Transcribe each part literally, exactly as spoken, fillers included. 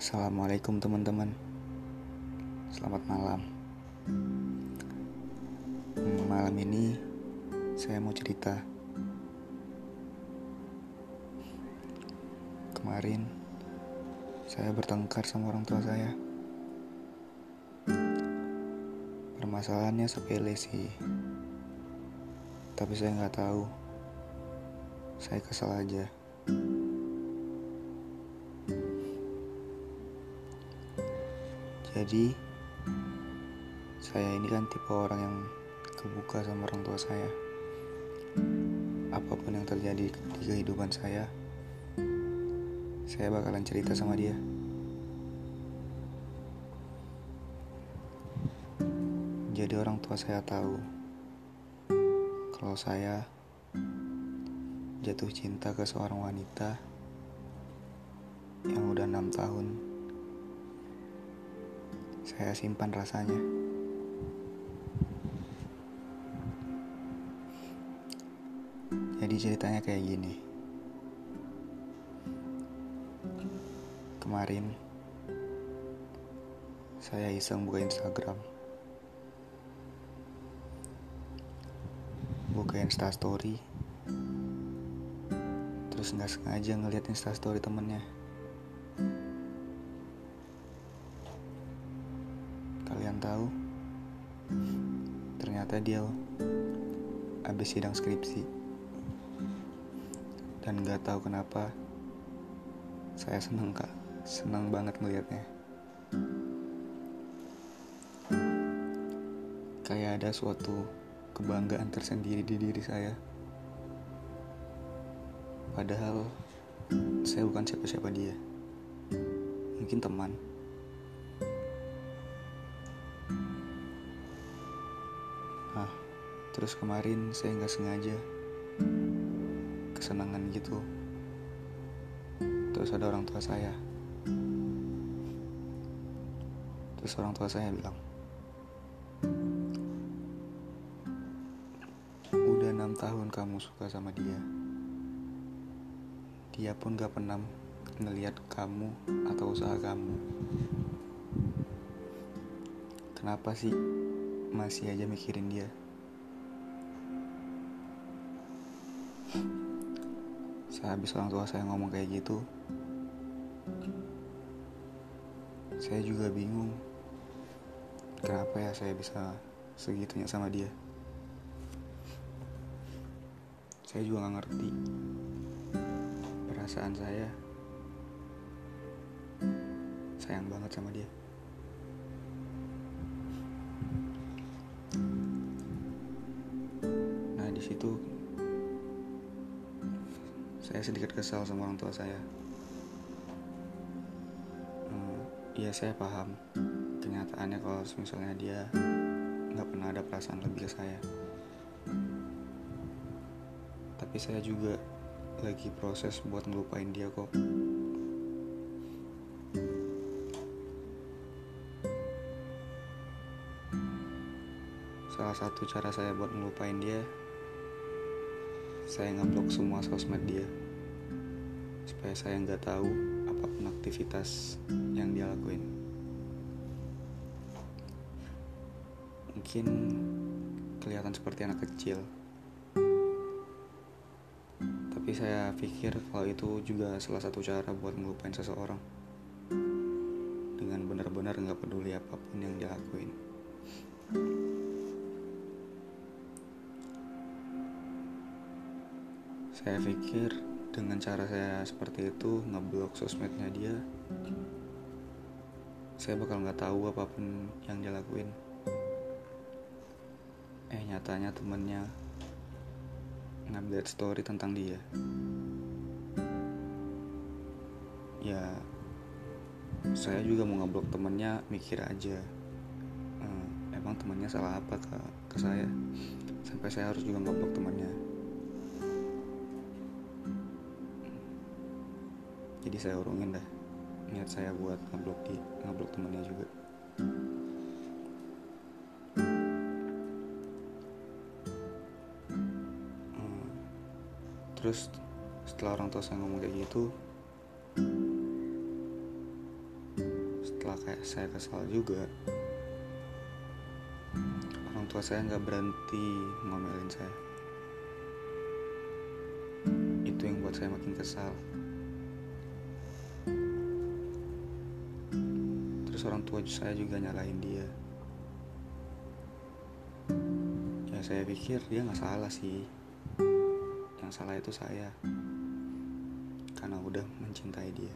Assalamualaikum teman-teman. Selamat malam. Malam ini saya mau cerita. Kemarin saya bertengkar sama orang tua saya. Permasalahannya sepele sih, tapi saya nggak tahu. Saya kesal aja. Jadi saya ini kan tipe orang yang kebuka sama orang tua saya. Apapun yang terjadi di kehidupan saya, saya bakalan cerita sama dia. Jadi orang tua saya tahu kalau saya jatuh cinta ke seorang wanita yang udah enam tahun saya simpan rasanya. Jadi ceritanya kayak gini. Kemarin saya iseng buka Instagram, buka Instastory, terus nggak sengaja ngeliat Instastory temennya. Kalian tahu, ternyata dia habis sidang skripsi, dan nggak tahu kenapa saya seneng kak, seneng banget ngeliatnya. Kayak ada suatu kebanggaan tersendiri di diri saya. Padahal saya bukan siapa-siapa dia, mungkin teman. Nah, terus kemarin saya nggak sengaja kesenangan gitu. Terus ada orang tua saya. Terus orang tua saya bilang, udah enam tahun kamu suka sama dia. Dia pun gak pernah ngelihat kamu atau usaha kamu. Kenapa sih masih aja mikirin dia? Sehabis orang tua saya ngomong kayak gitu, saya juga bingung. Kenapa ya saya bisa segitunya sama dia? Saya juga gak ngerti. Perasaan saya sayang banget sama dia. Nah, di situ saya sedikit kesal sama orang tua saya. Hmm, ya saya paham kenyataannya kalau misalnya dia nggak pernah ada perasaan lebih ke saya. Tapi saya juga lagi proses buat ngelupain dia kok. Salah satu cara saya buat ngelupain dia, saya ngeblok semua sosmed dia, supaya saya nggak tahu apapun aktivitas yang dia lakuin. Mungkin kelihatan seperti anak kecil, tapi saya pikir kalau itu juga salah satu cara buat ngelupain seseorang, dengan benar-benar gak peduli apapun yang dia lakuin. Saya pikir dengan cara saya seperti itu, ngeblok sosmednya dia, saya bakal gak tahu apapun yang dia lakuin. Eh nyatanya temennya ngupdate story tentang dia. Ya saya juga mau ngeblok temennya, mikir aja, ehm, emang temennya salah apa ke, ke saya sampai saya harus juga ngeblok temennya. Jadi saya urungin dah niat saya buat ngeblok di ngeblok temennya juga. Hmm, terus setelah orang tua saya ngomong kayak gitu, kayak saya kesal juga. Orang tua saya gak berhenti ngomelin saya. Itu yang buat saya makin kesal. Terus orang tua saya juga nyalahin dia. Ya saya pikir dia gak salah sih. Yang salah itu saya, karena udah mencintai dia.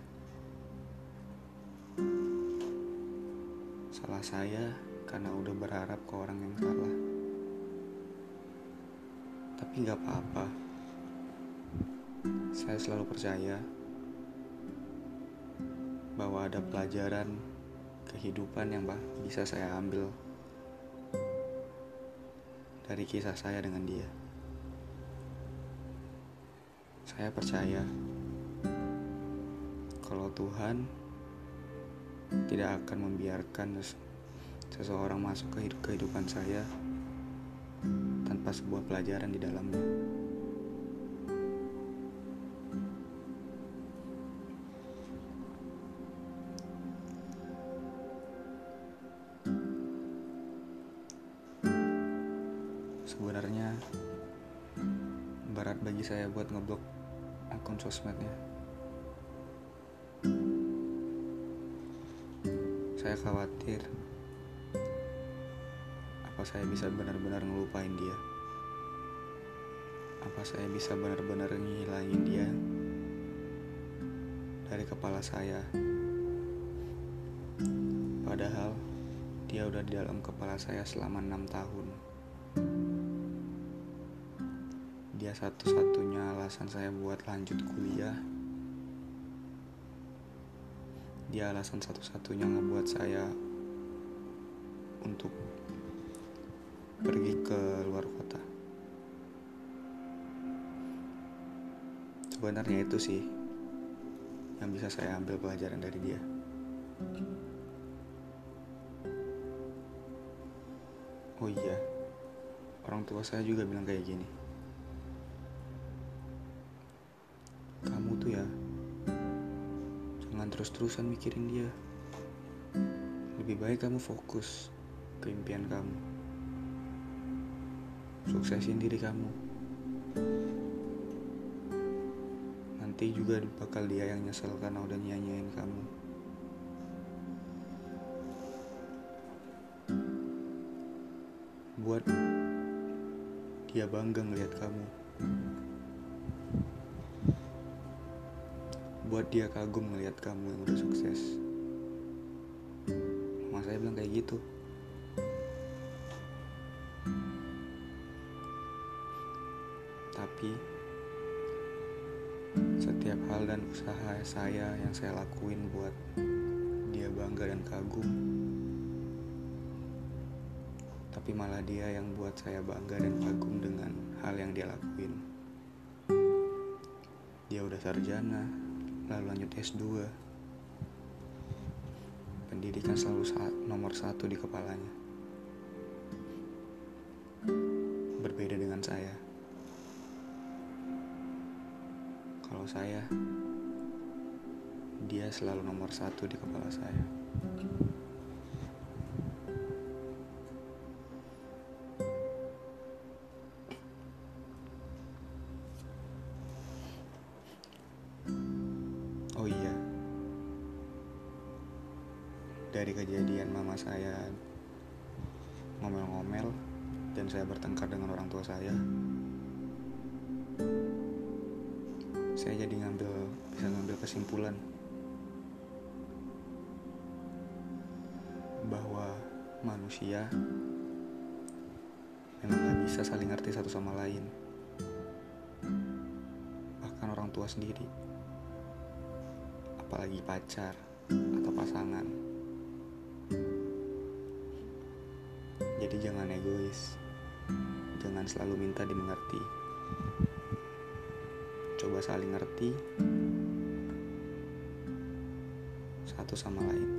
Salah saya karena udah berharap ke orang yang salah. Tapi gak apa-apa. Saya selalu percaya bahwa ada pelajaran kehidupan yang bah bisa saya ambil dari kisah saya dengan dia. Saya percaya kalau Tuhan tidak akan membiarkan seseorang masuk ke kehidupan saya tanpa sebuah pelajaran di dalamnya. Sebenarnya berat bagi saya buat ngeblok akun sosmednya. Saya khawatir apa saya bisa benar-benar ngelupain dia. Apa saya bisa benar-benar ngilangin dia dari kepala saya. Padahal dia udah di dalam kepala saya selama enam tahun. Dia satu-satunya alasan saya buat lanjut kuliah. Dia alasan satu-satunya ngebuat saya untuk pergi ke luar kota. Sebenarnya itu sih yang bisa saya ambil pelajaran dari dia. Oh iya, orang tua saya juga bilang kayak gini. Kamu tuh ya, jangan terus-terusan mikirin dia. Lebih baik kamu fokus ke impian kamu. Suksesin diri kamu. Nanti juga bakal dia yang nyesel karena udah nyanyain kamu. Buat dia bangga ngeliat kamu. Buat dia kagum ngeliat kamu yang udah sukses. Mama saya bilang kayak gitu. Tapi setiap hal dan usaha saya yang saya lakuin buat dia bangga dan kagum, tapi malah dia yang buat saya bangga dan kagum dengan hal yang dia lakuin. Dia udah sarjana, lalu lanjut S dua. Pendidikan selalu nomor satu di kepalanya. Berbeda dengan saya. Kalau saya, dia selalu nomor satu di kepala saya. Oh iya, dari kejadian mama saya ngomel-ngomel dan saya bertengkar dengan orang tua saya, saya jadi ngambil bisa ngambil kesimpulan bahwa manusia memang gak bisa saling ngerti satu sama lain, bahkan orang tua sendiri, apalagi pacar atau pasangan. Jadi jangan egois, jangan selalu minta dimengerti. Coba saling ngerti satu sama lain.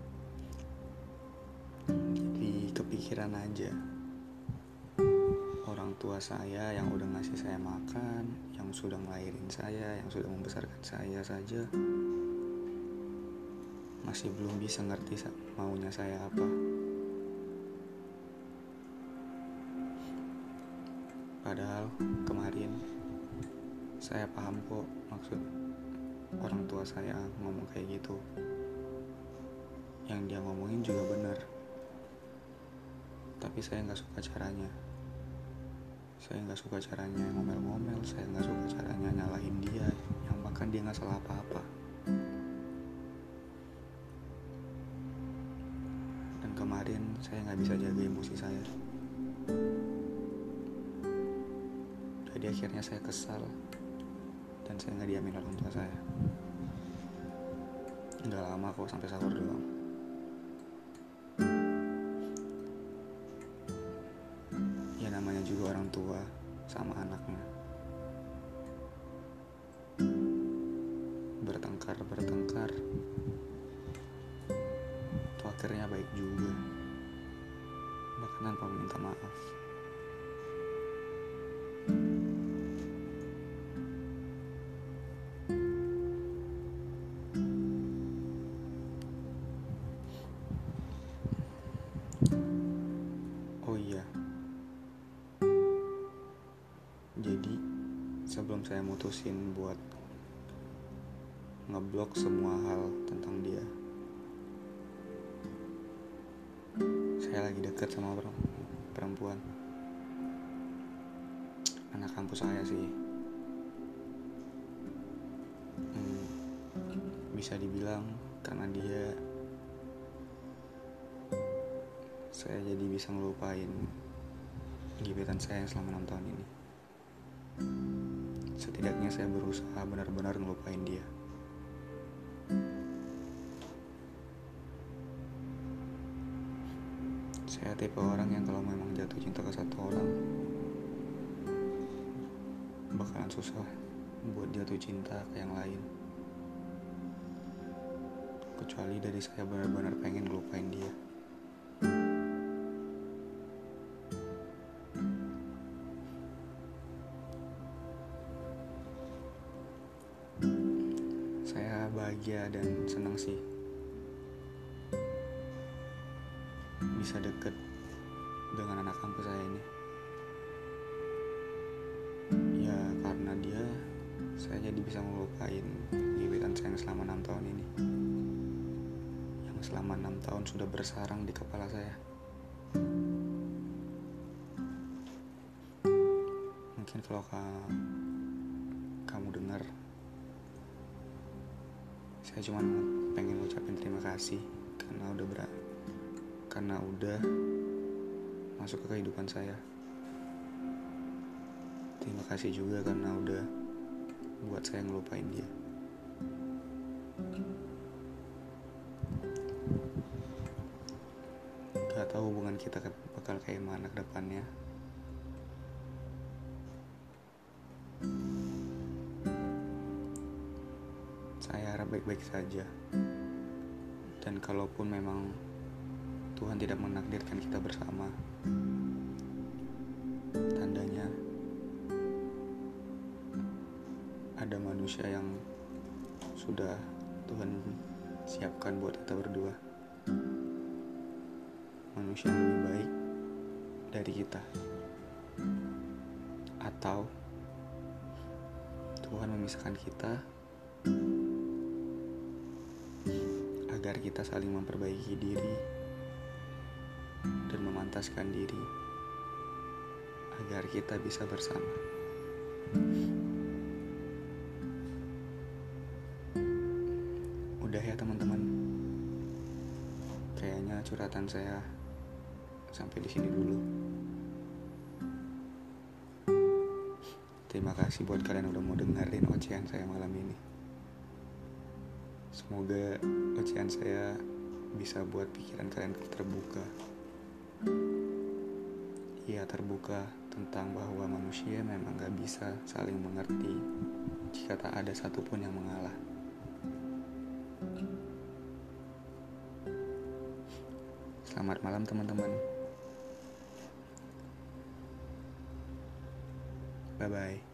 Jadi kepikiran aja orang tua saya yang udah ngasih saya makan, yang sudah ngelahirin saya, yang sudah membesarkan saya saja masih belum bisa ngerti maunya saya apa. Padahal kemarin saya paham kok maksud orang tua saya ngomong kayak gitu. Yang dia ngomongin juga benar. Tapi saya gak suka caranya. Saya gak suka caranya ngomel-ngomel. Saya gak suka caranya nyalahin dia, yang bahkan dia gak salah apa-apa. Dan kemarin saya gak bisa jaga emosi saya. Jadi akhirnya saya kesal. Dan saya gak diamin orang tua saya. Gak lama kok, sampai sahur doang. Ya namanya juga orang tua sama anaknya. Bertengkar-bertengkar itu akhirnya baik juga. Bahkan tanpa meminta maaf. Oh iya, jadi sebelum saya mutusin buat ngeblok semua hal tentang dia, saya lagi deket sama perempuan, anak kampus saya sih. hmm, Bisa dibilang karena dia, saya jadi bisa ngelupain gebetan saya selama enam tahun ini. Setidaknya saya berusaha benar-benar ngelupain dia. Saya tipe orang yang kalau memang jatuh cinta ke satu orang, bakalan susah buat jatuh cinta ke yang lain. Kecuali dari saya benar-benar pengen ngelupain dia. Saya bahagia dan senang sih bisa deket dengan anak kampus saya ini. Ya karena dia, saya jadi bisa ngelupain gebetan saya yang selama enam tahun ini, yang selama enam tahun sudah bersarang di kepala saya. Mungkin kalau ka- kamu dengar, saya cuma pengen ngucapin terima kasih karena udah ber karena udah masuk ke kehidupan saya. Terima kasih juga karena udah buat saya ngelupain dia. Gak tahu hubungan kita bakal kayak mana ke depannya. Saya harap baik-baik saja. Dan kalaupun memang Tuhan tidak menakdirkan kita bersama, tandanya ada manusia yang sudah Tuhan siapkan buat kita berdua. Manusia yang lebih baik dari kita. Atau Tuhan memisahkan kita agar kita saling memperbaiki diri dan memantaskan diri agar kita bisa bersama. Udah ya teman-teman, kayaknya curhatan saya sampai di sini dulu. Terima kasih buat kalian udah mau dengerin ocehan saya malam ini. Semoga ocehan saya bisa buat pikiran kalian terbuka. Iya, terbuka tentang bahwa manusia memang gak bisa saling mengerti jika tak ada satupun yang mengalah. Selamat malam teman-teman. Bye bye.